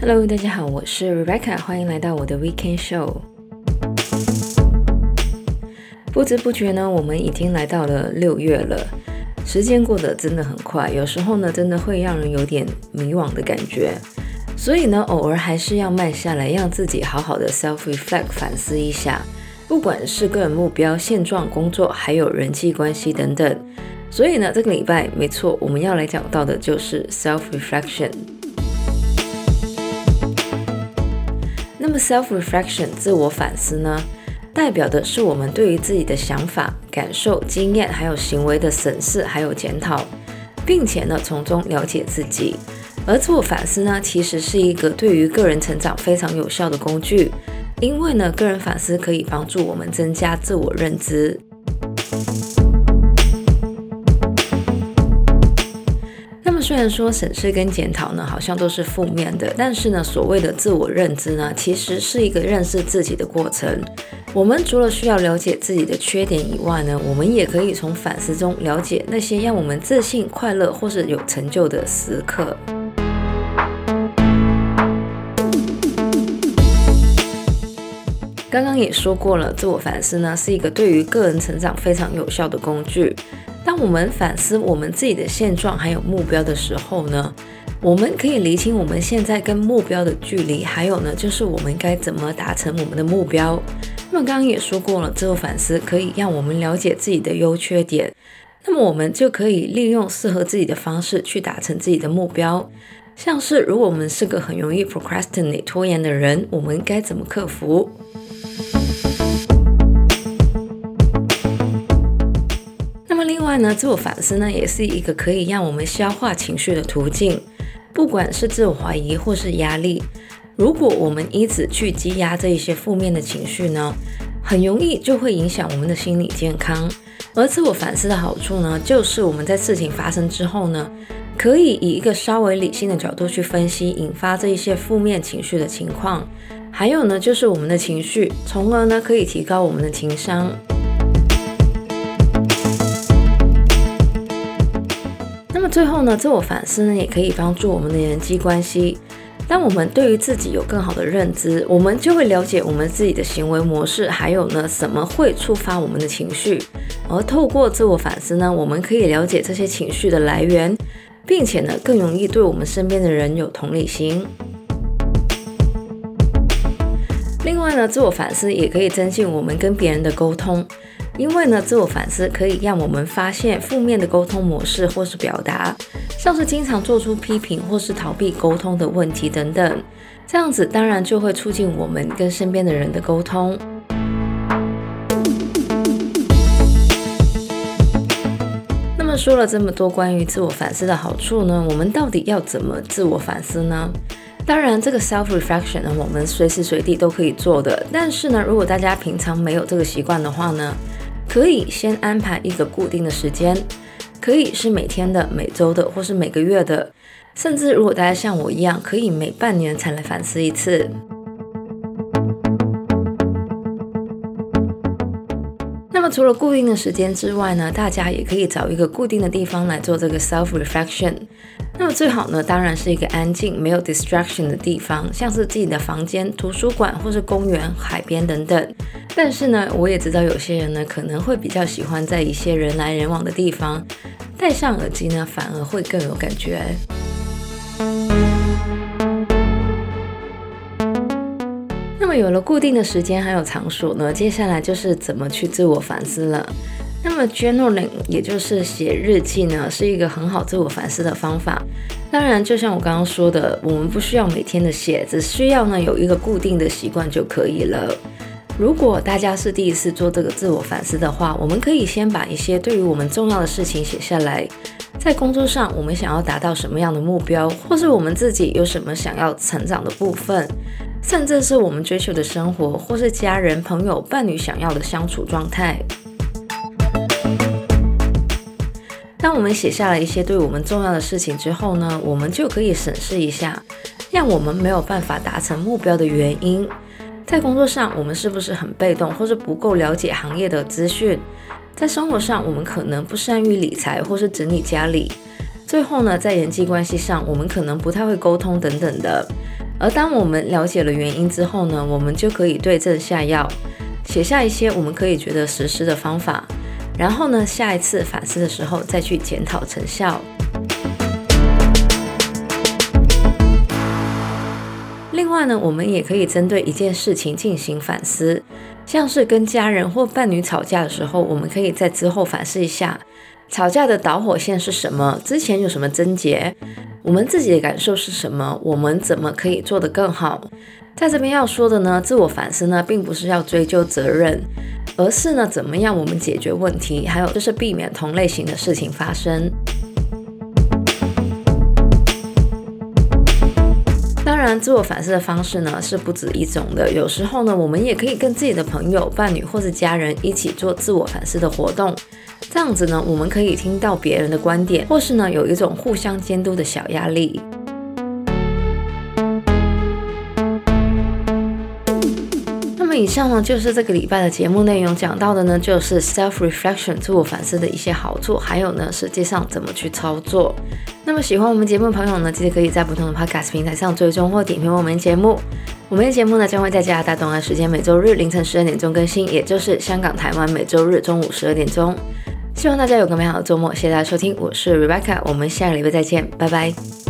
Hello， 大家好，我是 Rebecca， 欢迎来到我的 Weekend Show。不知不觉呢，我们已经来到了6月了，时间过得真的很快，有时候呢，真的会让人有点迷惘的感觉。所以呢，偶尔还是要慢下来，让自己好好的 self-reflect 反思一下，不管是个人目标、现状、工作，还有人际关系等等。所以呢，这个礼拜没错，我们要来讲到的就是 self-reflection。那么 self-reflection 自我反思呢，代表的是我们对于自己的想法、感受、经验还有行为的审视还有检讨，并且呢从中了解自己。而自我反思呢，其实是一个对于个人成长非常有效的工具，因为呢个人反思可以帮助我们增加自我认知。那么虽然说审视跟检讨呢好像都是负面的，但是呢所谓的自我认知呢，其实是一个认识自己的过程。我们除了需要了解自己的缺点以外呢，我们也可以从反思中了解那些让我们自信、快乐或是有成就的时刻。刚刚也说过了，自我反思呢是一个对于个人成长非常有效的工具。当我们反思我们自己的现状还有目标的时候呢，我们可以厘清我们现在跟目标的距离，还有呢就是我们该怎么达成我们的目标。那么刚刚也说过了，自我反思可以让我们了解自己的优缺点，那么我们就可以利用适合自己的方式去达成自己的目标。像是如果我们是个很容易 procrastinate 拖延的人，我们该怎么克服？另外呢，自我反思呢，也是一个可以让我们消化情绪的途径。不管是自我怀疑或是压力，如果我们一直去积压这一些负面的情绪呢，很容易就会影响我们的心理健康。而自我反思的好处呢，就是我们在事情发生之后呢，可以以一个稍微理性的角度去分析引发这一些负面情绪的情况，还有呢，就是我们的情绪，从而呢，可以提高我们的情商。那么最后呢，自我反思呢，也可以帮助我们的人际关系。当我们对于自己有更好的认知，我们就会了解我们自己的行为模式，还有呢，什么会触发我们的情绪。而透过自我反思呢，我们可以了解这些情绪的来源，并且呢，更容易对我们身边的人有同理心。另外呢，自我反思也可以增进我们跟别人的沟通。因为呢，自我反思可以让我们发现负面的沟通模式或是表达，像是经常做出批评或是逃避沟通的问题等等，这样子当然就会促进我们跟身边的人的沟通。那么说了这么多关于自我反思的好处呢，我们到底要怎么自我反思呢？当然这个 self-reflection 呢，我们随时随地都可以做的，但是呢，如果大家平常没有这个习惯的话呢，可以先安排一个固定的时间，可以是每天的、每周的，或是每个月的，甚至如果大家像我一样，可以每半年才来反思一次。那么除了固定的时间之外呢，大家也可以找一个固定的地方来做这个 self-reflection。那么最好呢，当然是一个安静、没有 distraction 的地方，像是自己的房间、图书馆或是公园、海边等等。但是呢，我也知道有些人呢，可能会比较喜欢在一些人来人往的地方，戴上耳机呢，反而会更有感觉。那么有了固定的时间还有场所呢，接下来就是怎么去自我反思了。那么 journaling 也就是写日记呢，是一个很好自我反思的方法。当然就像我刚刚说的，我们不需要每天的写，只需要呢有一个固定的习惯就可以了。如果大家是第一次做这个自我反思的话，我们可以先把一些对于我们重要的事情写下来。在工作上我们想要达到什么样的目标，或是我们自己有什么想要成长的部分，甚至是我们追求的生活，或是家人、朋友、伴侣想要的相处状态。当我们写下了一些对我们重要的事情之后呢，我们就可以审视一下，让我们没有办法达成目标的原因。在工作上，我们是不是很被动，或是不够了解行业的资讯？在生活上，我们可能不善于理财，或是整理家里。最后呢，在人际关系上，我们可能不太会沟通等等的。 而当我们了解了原因之后呢，我们就可以对症下药，写下一些我们可以觉得实施的方法，然后呢，下一次反思的时候再去检讨成效。另外呢，我们也可以针对一件事情进行反思，像是跟家人或伴侣吵架的时候，我们可以在之后反思一下，吵架的导火线是什么，之前有什么症结，我们自己的感受是什么，我们怎么可以做得更好。在这边要说的呢，自我反思呢，并不是要追究责任，而是呢，怎么样我们解决问题，还有就是避免同类型的事情发生。当然，自我反思的方式呢是不止一种的。有时候呢，我们也可以跟自己的朋友、伴侣或是家人一起做自我反思的活动。这样子呢，我们可以听到别人的观点，或是呢有一种互相监督的小压力。那么以上呢就是这个礼拜的节目内容，讲到的呢就是 self-reflection 自我反思的一些好处，还有呢实际上怎么去操作。那么喜欢我们节目的朋友呢，记得可以在不同的 podcast 平台上追踪或点评我们的节目。我们的节目呢将会在加拿大东岸时间每周日凌晨12点钟更新，也就是香港、台湾每周日中午12点钟。希望大家有个美好的周末，谢谢大家收听，我是 Rebecca， 我们下个礼拜再见，拜拜。